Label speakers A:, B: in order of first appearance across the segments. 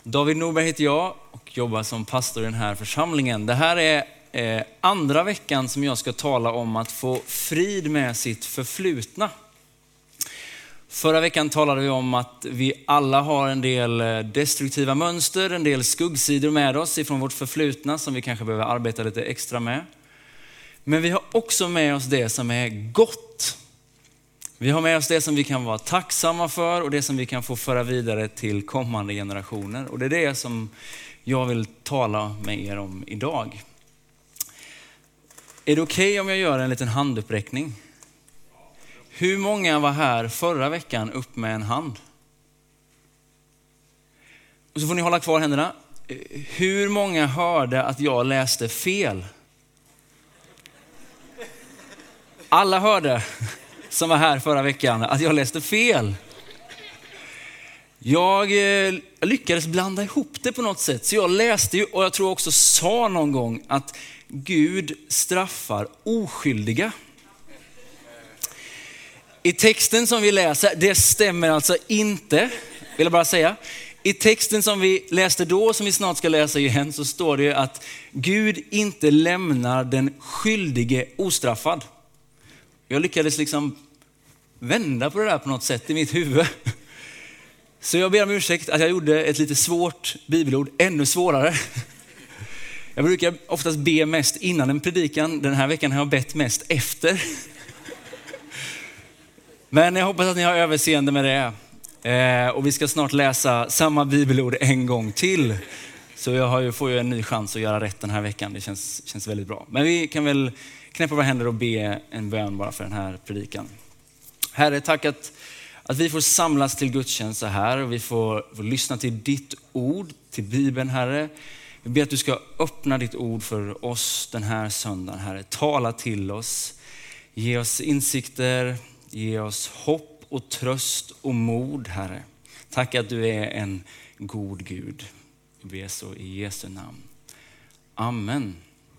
A: David Norberg heter jag och jobbar som pastor i den här församlingen. Det här är andra veckan som jag ska tala om att få frid med sitt förflutna. Förra veckan talade vi om att vi alla har en del destruktiva mönster, en del skuggsidor med oss ifrån vårt förflutna som vi kanske behöver arbeta lite extra med. Men vi har också med oss det som är gott. Vi har med oss det som vi kan vara tacksamma för och det som vi kan få föra vidare till kommande generationer. Och det är det som jag vill tala med er om idag. Är det okej om jag gör en liten handuppräckning? Hur många var här förra veckan upp med en hand? Och så får ni hålla kvar händerna. Hur många hörde att jag läste fel? Alla hörde som var här förra veckan att jag läste fel. Jag lyckades blanda ihop det på något sätt. Så jag läste ju, och jag tror också sa någon gång, att Gud straffar oskyldiga. I texten som vi läser, det stämmer alltså inte, vill jag bara säga. I texten som vi läste då, som vi snart ska läsa igen, så står det att Gud inte lämnar den skyldige ostraffad. Jag lyckades liksom vända på det där på något sätt i mitt huvud. Så jag ber om ursäkt att jag gjorde ett lite svårt bibelord ännu svårare. Jag brukar oftast be mest innan en predikan. Den här veckan har jag bett mest efter. Men jag hoppas att ni har överseende med det. Och vi ska snart läsa samma bibelord en gång till. Så jag får ju en ny chans att göra rätt den här veckan. Det känns väldigt bra. Men vi kan väl knäppa våra händer och be en bön bara för den här predikan. Herre, tack att vi får samlas till gudstjänst så här. Och vi får lyssna till ditt ord, till Bibeln, Herre. Vi ber att du ska öppna ditt ord för oss den här söndagen, Herre. Tala till oss. Ge oss insikter. Ge oss hopp och tröst och mod, Herre. Tack att du är en god Gud. Vi ber så i Jesu namn. Amen.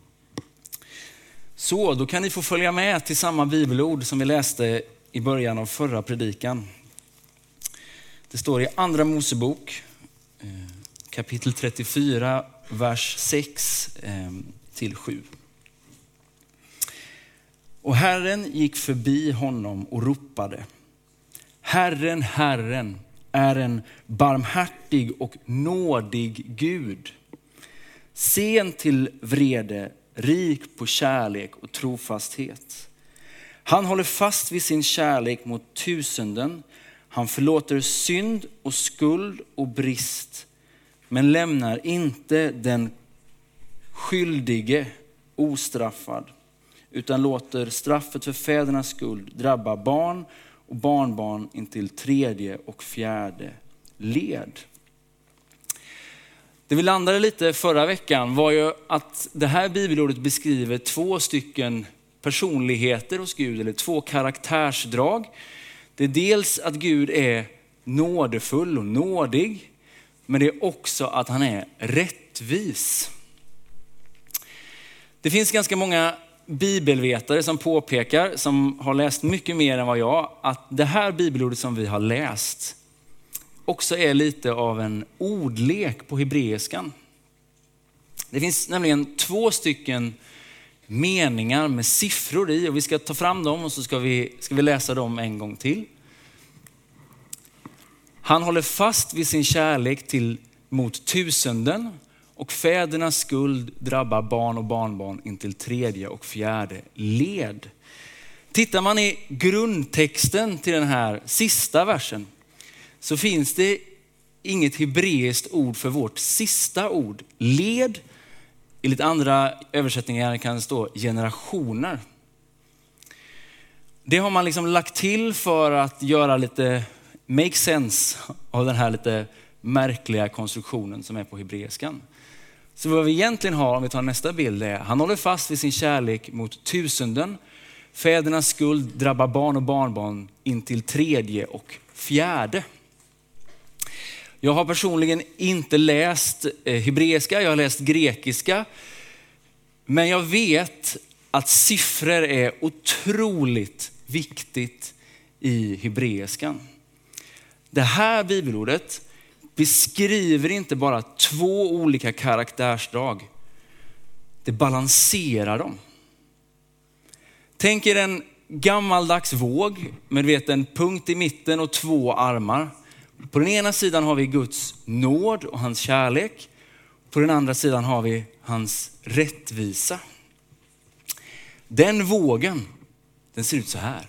A: Så, då kan ni få följa med till samma bibelord som vi läste i början av förra predikan. Det står i Andra Mosebok, kapitel 34, vers 6-7. Och Herren gick förbi honom och ropade: Herren, Herren är en barmhärtig och nådig Gud, sen till vrede, rik på kärlek och trofasthet. Han håller fast vid sin kärlek mot tusenden. Han förlåter synd och skuld och brist, men lämnar inte den skyldige ostraffad, utan låter straffet för fädernas skuld drabba barn och barnbarn intill tredje och fjärde led. Det vi landade lite förra veckan var ju att det här bibelordet beskriver 2 stycken personligheter hos Gud, eller 2 karaktärsdrag. Det är dels att Gud är nådefull och nådig, men det är också att han är rättvis. Det finns ganska många bibelvetare som påpekar, som har läst mycket mer än vad jag, att det här bibelordet som vi har läst också är lite av en ordlek på hebreiskan. Det finns nämligen 2 stycken meningar med siffror i, och vi ska ta fram dem och så ska vi läsa dem en gång till. Han håller fast vid sin kärlek mot tusenden, och fädernas skuld drabbar barn och barnbarn intill tredje och fjärde led. Tittar man i grundtexten till den här sista versen, så finns det inget hebreiskt ord för vårt sista ord. Led, i lite andra översättningar kan det stå generationer. Det har man liksom lagt till för att göra lite make sense av den här lite märkliga konstruktionen som är på hebreiskan. Så vad vi egentligen har, om vi tar nästa bild, är: han håller fast vid sin kärlek mot tusenden. Fädernas skuld drabbar barn och barnbarn intill tredje och fjärde. Jag har personligen inte läst hebreiska, jag har läst grekiska. Men jag vet att siffror är otroligt viktigt i hebreiskan. Det här bibelordet beskriver inte bara två olika karaktärsdrag. Det balanserar dem. Tänk er en gammaldags våg med en punkt i mitten och två armar. På den ena sidan har vi Guds nåd och hans kärlek. På den andra sidan har vi hans rättvisa. Den vågen, den ser ut så här.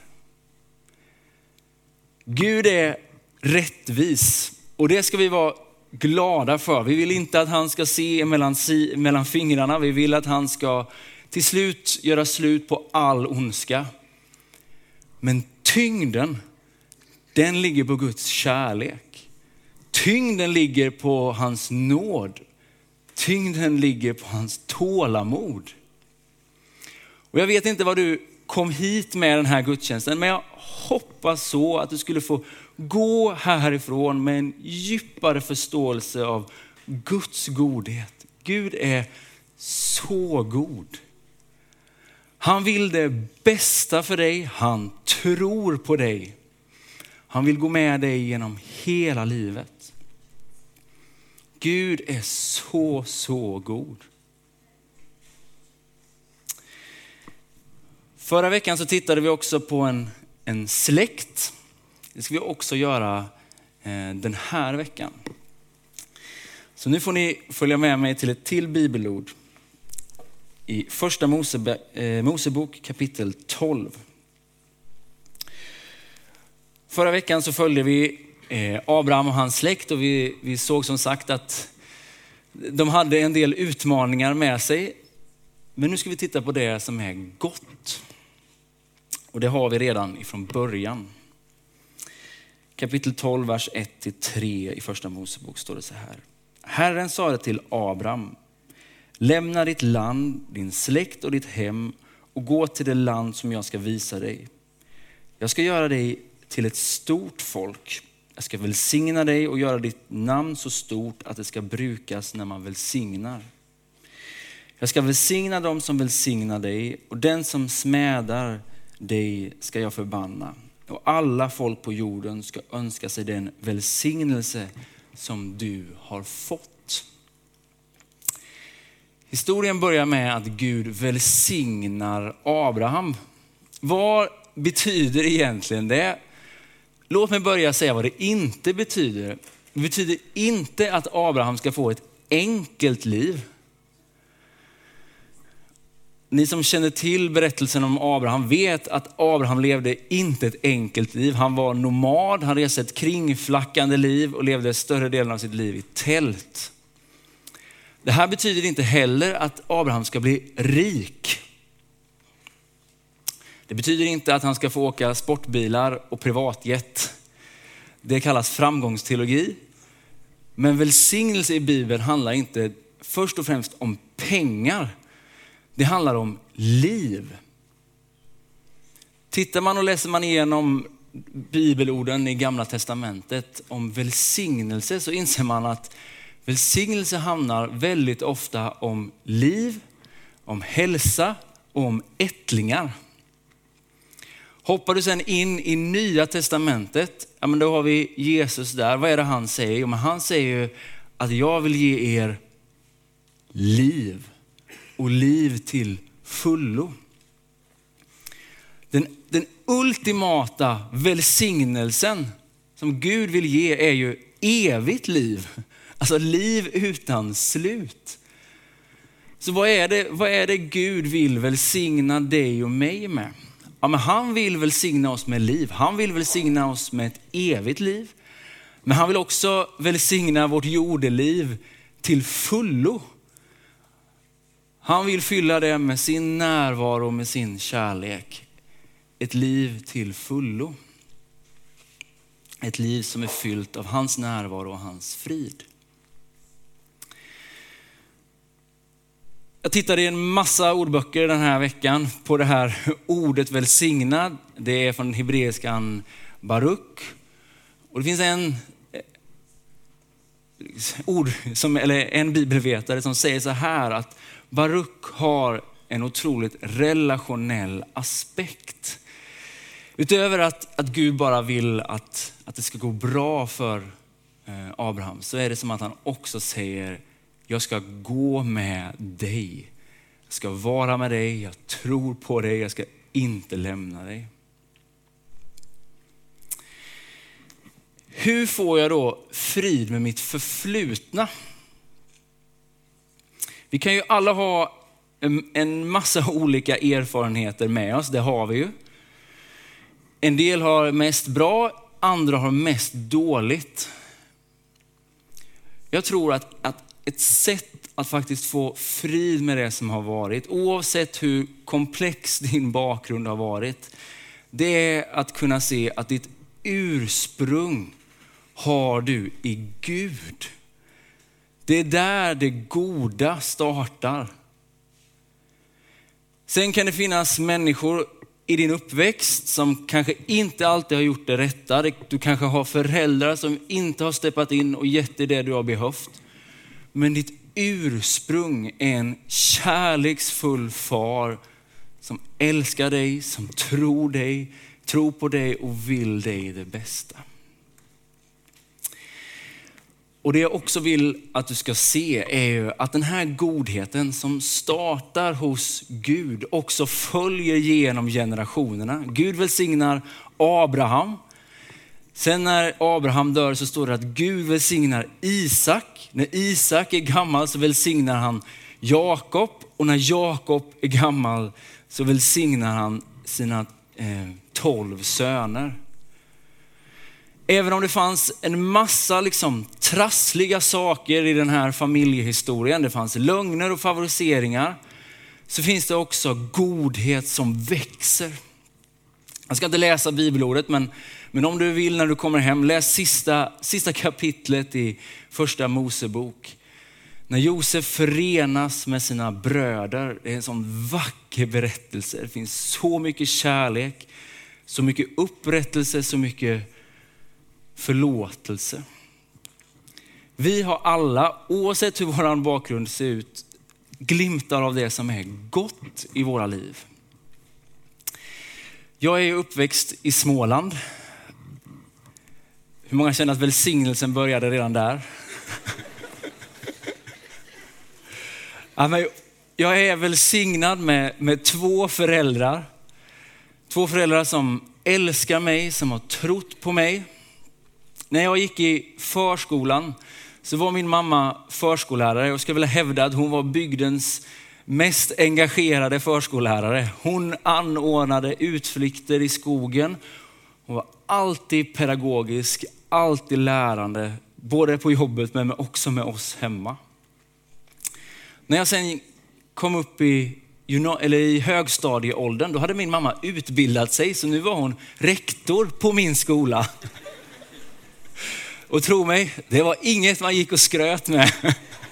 A: Gud är rättvis och det ska vi vara glada för. Vi vill inte att han ska se mellan fingrarna. Vi vill att han ska till slut göra slut på all ondska. Men tyngden, den ligger på Guds kärlek. Tyngden ligger på hans nåd. Tyngden ligger på hans tålamod. Och jag vet inte vad du kom hit med den här gudstjänsten, men jag hoppas så att du skulle få gå härifrån med en djupare förståelse av Guds godhet. Gud är så god. Han vill det bästa för dig. Han tror på dig. Han vill gå med dig genom hela livet. Gud är så god. Förra veckan så tittade vi också på en släkt. Det ska vi också göra den här veckan. Så nu får ni följa med mig till ett till bibelord. I första Mosebok kapitel 12. Förra veckan så följde vi Abraham och hans släkt och vi såg som sagt att de hade en del utmaningar med sig. Men nu ska vi titta på det som är gott. Och det har vi redan ifrån början. Kapitel 12, vers 1-3 i första Mosebok står det så här. Herren sa det till Abraham. Lämna ditt land, din släkt och ditt hem och gå till det land som jag ska visa dig. Jag ska göra dig till ett stort folk. Jag ska välsigna dig och göra ditt namn så stort att det ska brukas när man välsignar. Jag ska välsigna dem som välsignar dig och den som smädar dig ska jag förbanna. Och alla folk på jorden ska önska sig den välsignelse som du har fått. Historien börjar med att Gud välsignar Abraham. Vad betyder egentligen det? Låt mig börja säga vad det inte betyder. Det betyder inte att Abraham ska få ett enkelt liv. Ni som känner till berättelsen om Abraham vet att Abraham levde inte ett enkelt liv. Han var nomad, han reste ett kringflackande liv och levde större delen av sitt liv i tält. Det här betyder inte heller att Abraham ska bli rik. Det betyder inte att han ska få åka sportbilar och privatjet. Det kallas framgångsteologi. Men välsignelse i Bibeln handlar inte först och främst om pengar. Det handlar om liv. Tittar man och läser man igenom bibelorden i Gamla testamentet om välsignelse så inser man att välsignelse handlar väldigt ofta om liv, om hälsa och om ättlingar. Hoppar du sen in i Nya testamentet, ja men då har vi Jesus där. Vad är det han säger? Jo, men han säger ju att jag vill ge er liv och liv till fullo. Den ultimata välsignelsen som Gud vill ge är ju evigt liv. Alltså liv utan slut. Så vad är det Gud vill välsigna dig och mig med? Ja, men han vill välsigna oss med liv. Han vill välsigna oss med ett evigt liv. Men han vill också välsigna vårt jordeliv till fullo. Han vill fylla det med sin närvaro och med sin kärlek. Ett liv till fullo. Ett liv som är fyllt av hans närvaro och hans frid. Jag tittade i en massa ordböcker den här veckan på det här ordet välsignad. Det är från hebreiskan baruk. Och det finns en bibelvetare som säger så här att baruk har en otroligt relationell aspekt. Utöver att Gud bara vill att det ska gå bra för Abraham, så är det som att han också säger, jag ska gå med dig. Jag ska vara med dig, jag tror på dig, jag ska inte lämna dig. Hur får jag då frid med mitt förflutna? Vi kan ju alla ha en massa olika erfarenheter med oss, det har vi ju. En del har mest bra, andra har mest dåligt. Jag tror att ett sätt att faktiskt få frid med det som har varit, oavsett hur komplex din bakgrund har varit, det är att kunna se att ditt ursprung har du i Gud. Det är där det goda startar. Sen kan det finnas människor i din uppväxt som kanske inte alltid har gjort det rätta. Du kanske har föräldrar som inte har steppat in och gett dig det du har behövt. Men ditt ursprung är en kärleksfull far som älskar dig, som tror på dig och vill dig det bästa. Och det jag också vill att du ska se är ju att den här godheten som startar hos Gud också följer genom generationerna. Gud välsignar Abraham. Sen när Abraham dör så står det att Gud välsignar Isak. När Isak är gammal så välsignar han Jakob. Och när Jakob är gammal så välsignar han sina 12 söner. Även om det fanns en massa trassliga saker i den här familjehistorien, det fanns lögner och favoriseringar, så finns det också godhet som växer. Jag ska inte läsa bibelordet, men om du vill när du kommer hem, läs sista kapitlet i första Mosebok. När Josef förenas med sina bröder, det är en sån vacker berättelse. Det finns så mycket kärlek, så mycket upprättelse, så mycket förlåtelse. Vi har alla, oavsett hur vår bakgrund ser ut, glimtar av det som är gott i våra liv. Jag är uppväxt i Småland. Hur många känner att välsignelsen började redan där? Jag är välsignad med 2 föräldrar. 2 föräldrar som älskar mig, som har trott på mig. När jag gick i förskolan så var min mamma förskollärare. Jag skulle vilja hävda att hon var bygdens mest engagerade förskollärare. Hon anordnade utflykter i skogen. Hon var alltid pedagogisk, alltid lärande. Både på jobbet men också med oss hemma. När jag sen kom upp i högstadieåldern, då hade min mamma utbildat sig. Så nu var hon rektor på min skola. Och tro mig, det var inget man gick och skröt med.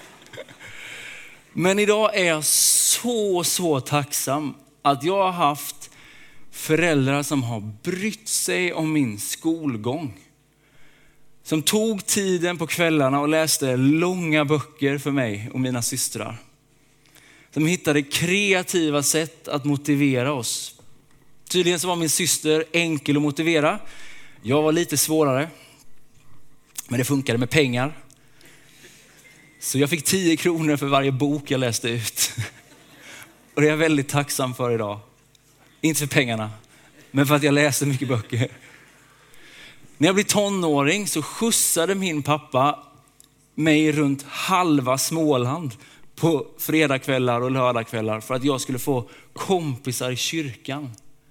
A: Men idag är jag så tacksam att jag har haft föräldrar som har brytt sig om min skolgång. Som tog tiden på kvällarna och läste långa böcker för mig och mina systrar. Som hittade kreativa sätt att motivera oss. Tydligen så var min syster enkel att motivera. Jag var lite svårare. Men det funkade med pengar. Så jag fick 10 kronor för varje bok jag läste ut. Och det är jag väldigt tacksam för idag. Inte för pengarna, men för att jag läste mycket böcker. När jag blev tonåring så skjutsade min pappa mig runt halva Småland på fredagskvällar och lördagskvällar för att jag skulle få kompisar i kyrkan.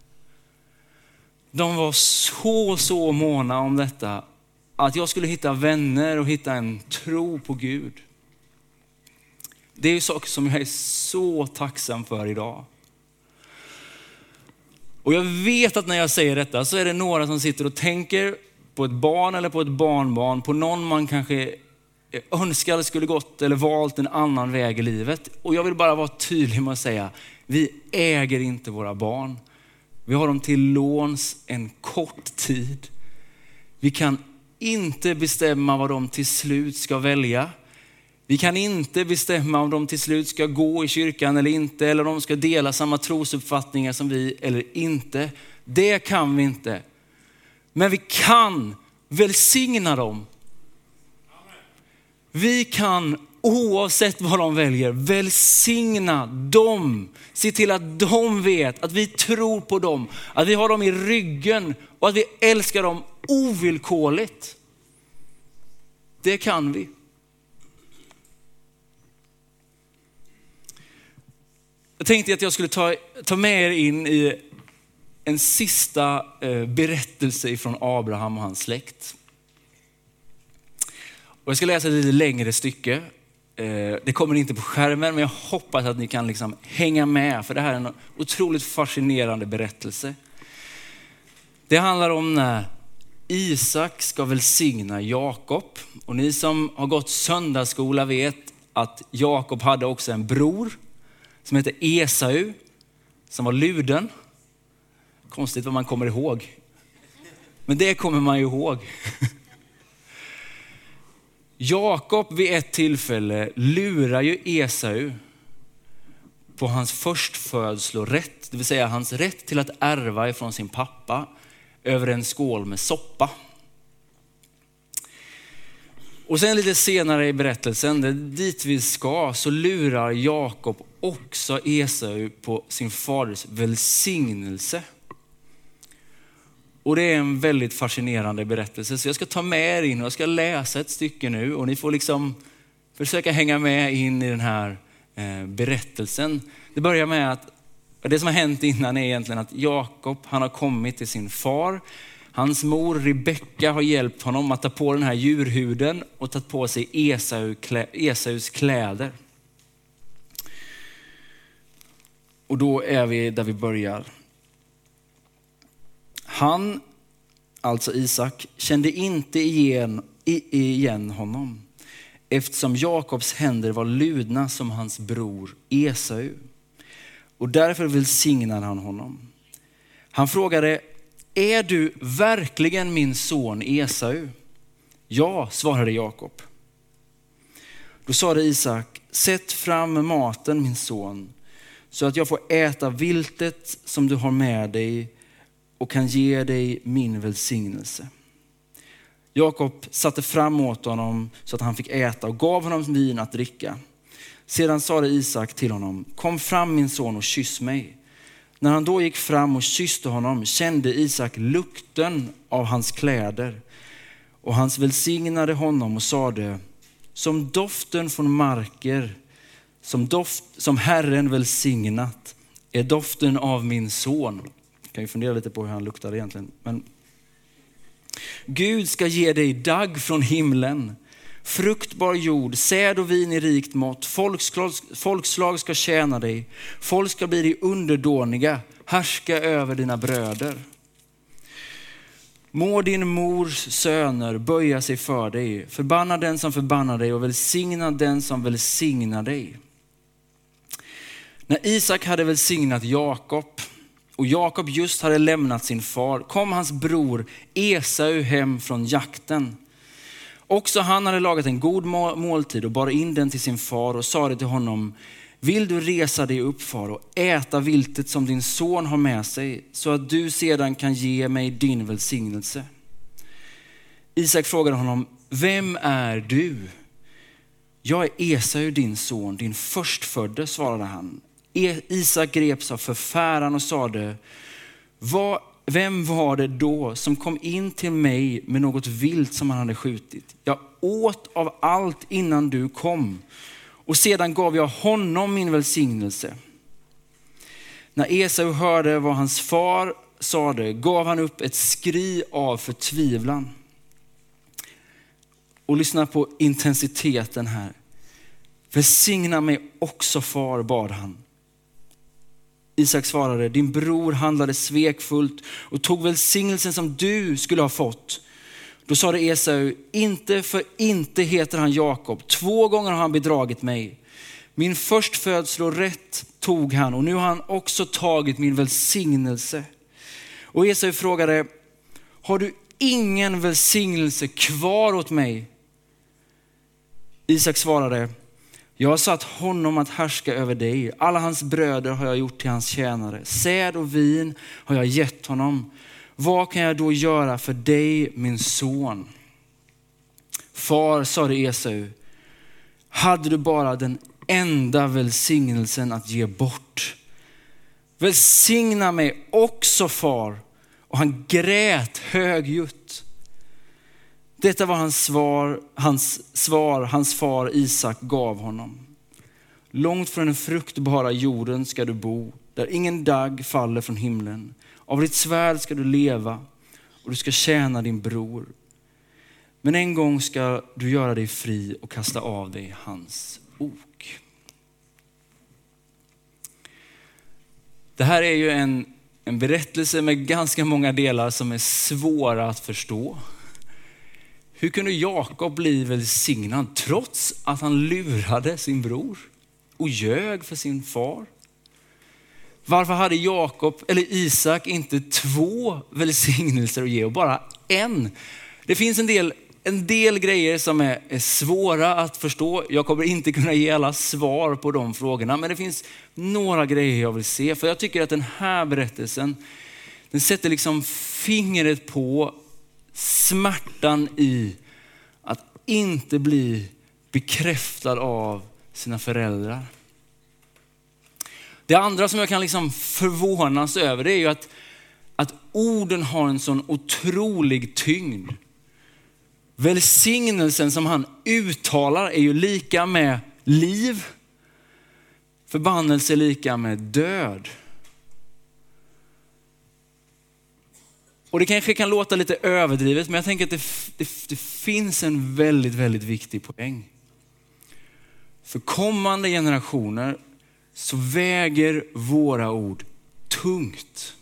A: De var så måna om detta. Att jag skulle hitta vänner och hitta en tro på Gud. Det är ju saker som jag är så tacksam för idag. Och jag vet att när jag säger detta så är det några som sitter och tänker på ett barn eller på ett barnbarn. På någon man kanske önskade skulle gått eller valt en annan väg i livet. Och jag vill bara vara tydlig med att säga, vi äger inte våra barn. Vi har dem till låns en kort tid. Vi kan inte bestämma vad de till slut ska välja. Vi kan inte bestämma om de till slut ska gå i kyrkan eller inte. Eller om de ska dela samma trosuppfattningar som vi eller inte. Det kan vi inte. Men vi kan välsigna dem. Vi kan oavsett vad de väljer välsigna dem. Se till att de vet att vi tror på dem. Att vi har dem i ryggen och att vi älskar dem ovillkorligt. Det kan vi. Jag tänkte att jag skulle ta med er in i en sista berättelse från Abraham och hans släkt. Och jag ska läsa ett lite längre stycke. Det kommer inte på skärmen, men jag hoppas att ni kan liksom hänga med. För det här är en otroligt fascinerande berättelse. Det handlar om när Isak ska välsigna Jakob. Och ni som har gått söndagsskola vet att Jakob hade också en bror som heter Esau, som var luden. Konstigt vad man kommer ihåg. Men det kommer man ju ihåg. Jakob vid ett tillfälle lurar ju Esau på hans förstfödslorätt. Det vill säga hans rätt till att ärva ifrån sin pappa över en skål med soppa. Och sen lite senare i berättelsen, dit vi ska, så lurar Jakob också Esau på sin faders välsignelse. Och det är en väldigt fascinerande berättelse. Så jag ska ta med er in och jag ska läsa ett stycke nu. Och ni får liksom försöka hänga med in i den här berättelsen. Det börjar med att det som har hänt innan är egentligen att Jakob, han har kommit till sin far. Hans mor Rebecka har hjälpt honom att ta på den här djurhuden och tagit på sig Esaus kläder. Och då är vi där vi börjar. Han, alltså Isak, kände inte igen honom eftersom Jakobs händer var ludna som hans bror Esau. Och därför välsignade han honom. Han frågade: är du verkligen min son Esau? Ja, svarade Jakob. Då sade Isak: sätt fram maten, min son, så att jag får äta viltet som du har med dig och kan ge dig min välsignelse. Jakob satte fram åt honom så att han fick äta och gav honom vin att dricka. Sedan sade Isak till honom: kom fram, min son, och kyss mig. När han då gick fram och kysste honom kände Isak lukten av hans kläder. Och han välsignade honom och sade: som doften från marker, som Herren välsignat, är doften av min son. Kan ju fundera lite på hur han luktar egentligen. Men Gud ska ge dig dagg från himlen, fruktbar jord, säd och vin i rikt mått. Folkslag ska tjäna dig. Folk ska bli dig underdåniga, härska över dina bröder. Må din mors söner böja sig för dig. Förbanna den som förbannar dig och välsigna den som välsignar dig. När Isak hade välsignat Jakob och Jakob just hade lämnat sin far, kom hans bror Esau hem från jakten. Också han hade lagat en god måltid och bar in den till sin far och sa det till honom: vill du resa dig upp, far, och äta viltet som din son har med sig, så att du sedan kan ge mig din välsignelse? Isak frågade honom: vem är du? Jag är Esau, din son, din förstfödde, svarade han. Isak greps av förfäran och sade: vem var det då som kom in till mig med något vilt som han hade skjutit? Jag åt av allt innan du kom, och sedan gav jag honom min välsignelse. När Esau hörde vad hans far sade gav han upp ett skri av förtvivlan. Och lyssna på intensiteten här. Välsigna mig också, far, bad han. Isak svarade: din bror handlade svekfullt och tog välsignelsen som du skulle ha fått. Då sa det Esau: inte för inte heter han Jakob. 2 gånger har han bedragit mig. Min förstfödslorätt tog han, och nu har han också tagit min välsignelse. Och Esau frågade: har du ingen välsignelse kvar åt mig? Isak svarade: jag har satt honom att härska över dig. Alla hans bröder har jag gjort till hans tjänare. Säd och vin har jag gett honom. Vad kan jag då göra för dig, min son? Far, sade Esau, hade du bara den enda välsignelsen att ge bort. Välsigna mig också, far. Och han grät högljutt. Detta var hans far Isak gav honom. Långt från den fruktbara jorden ska du bo, där ingen dagg faller från himlen. Av ditt svärd ska du leva och du ska tjäna din bror. Men en gång ska du göra dig fri och kasta av dig hans ok. Det här är ju en berättelse med ganska många delar som är svåra att förstå. Hur kunde Jakob bli välsignad trots att han lurade sin bror och ljög för sin far? Varför hade Isak inte 2 välsignelser att ge och bara en? Det finns en del grejer som är svåra att förstå. Jag kommer inte kunna ge alla svar på de frågorna, men det finns några grejer jag vill se. För jag tycker att den här berättelsen, den sätter liksom fingret på smärtan i att inte bli bekräftad av sina föräldrar. Det andra som jag kan liksom förvånas över, det är ju att orden har en sån otrolig tyngd. Välsignelsen som han uttalar är ju lika med liv. Förbannelse är lika med död. Och det kanske kan låta lite överdrivet, men jag tänker att det finns en väldigt, väldigt viktig poäng. För kommande generationer så väger våra ord tungt.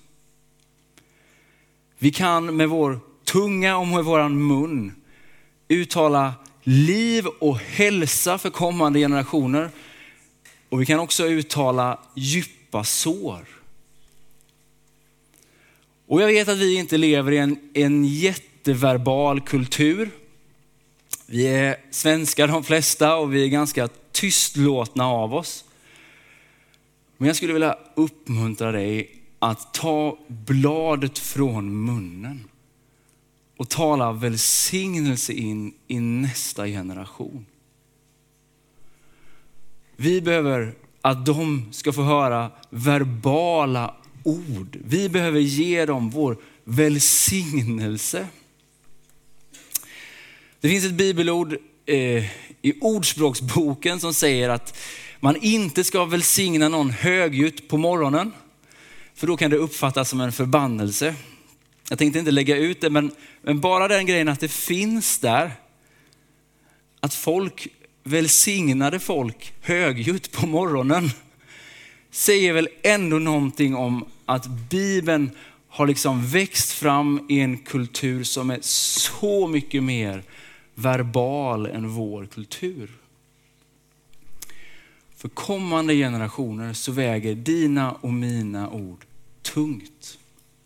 A: Vi kan med vår tunga och med våran mun uttala liv och hälsa för kommande generationer. Och vi kan också uttala djupa sår. Och jag vet att vi inte lever i en jätteverbal kultur. Vi är svenskar de flesta och vi är ganska tystlåtna av oss. Men jag skulle vilja uppmuntra dig att ta bladet från munnen och tala välsignelse in i nästa generation. Vi behöver att de ska få höra verbala ord. Vi behöver ge dem vår välsignelse. Det finns ett bibelord i Ordspråksboken som säger att man inte ska välsigna någon högljutt på morgonen. För då kan det uppfattas som en förbannelse. Jag tänkte inte lägga ut det, men bara den grejen att det finns där. Att folk välsignade folk högljutt på morgonen. Säger väl ändå någonting om att Bibeln har liksom växt fram i en kultur som är så mycket mer verbal än vår kultur. För kommande generationer så väger dina och mina ord tungt.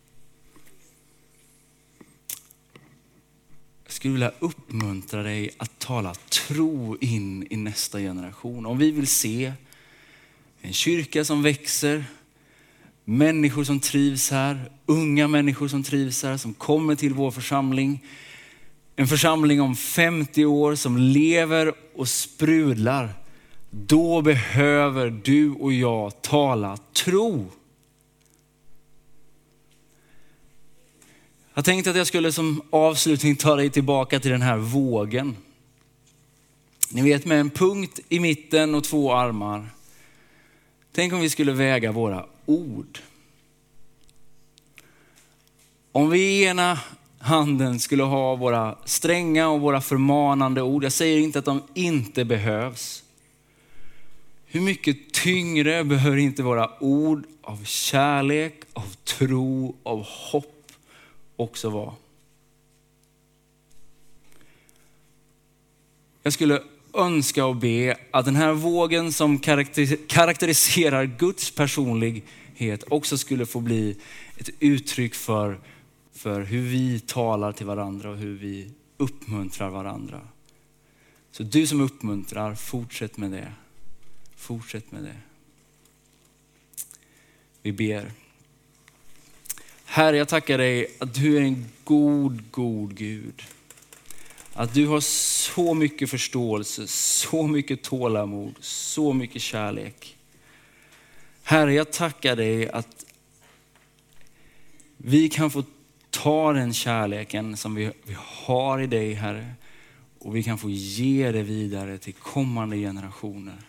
A: Jag skulle vilja uppmuntra dig att tala tro in i nästa generation. Om vi vill se en kyrka som växer, människor som trivs här, unga människor som trivs här, som kommer till vår församling. En församling om 50 år som lever och sprudlar. Då behöver du och jag tala tro. Jag tänkte att jag skulle som avslutning ta dig tillbaka till den här vågen. Ni vet, med en punkt i mitten och 2 armar. Tänk om vi skulle väga våra ord. Om vi i ena handen skulle ha våra stränga och våra förmanande ord. Jag säger inte att de inte behövs. Hur mycket tyngre behöver inte våra ord av kärlek, av tro, av hopp också vara? Jag skulle önska och be att den här vågen som karaktäriserar Guds personlighet också skulle få bli ett uttryck för hur vi talar till varandra och hur vi uppmuntrar varandra. Så du som uppmuntrar, fortsätt med det. Fortsätt med det. Vi ber. Herre, jag tackar dig att du är en god Gud. Att du har så mycket förståelse, så mycket tålamod, så mycket kärlek. Herre, jag tackar dig att vi kan få ta den kärleken som vi har i dig, Herre. Och vi kan få ge det vidare till kommande generationer.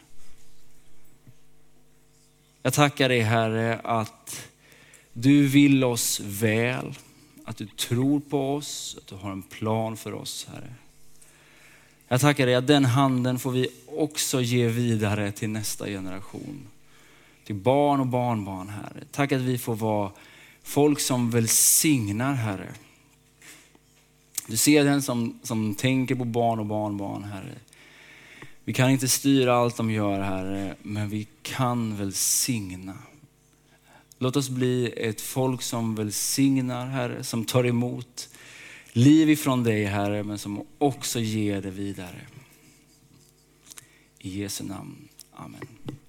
A: Jag tackar dig, Herre, att du vill oss väl. Att du tror på oss, att du har en plan för oss, Herre. Jag tackar dig att den handen får vi också ge vidare till nästa generation. Till barn och barnbarn, Herre. Tack att vi får vara folk som välsignar, Herre. Du ser den som tänker på barn och barnbarn, Herre. Vi kan inte styra allt de gör, Herre, men vi kan välsigna. Låt oss bli ett folk som välsignar, Herre, som tar emot liv ifrån dig, Herre, men som också ger det vidare. I Jesu namn. Amen.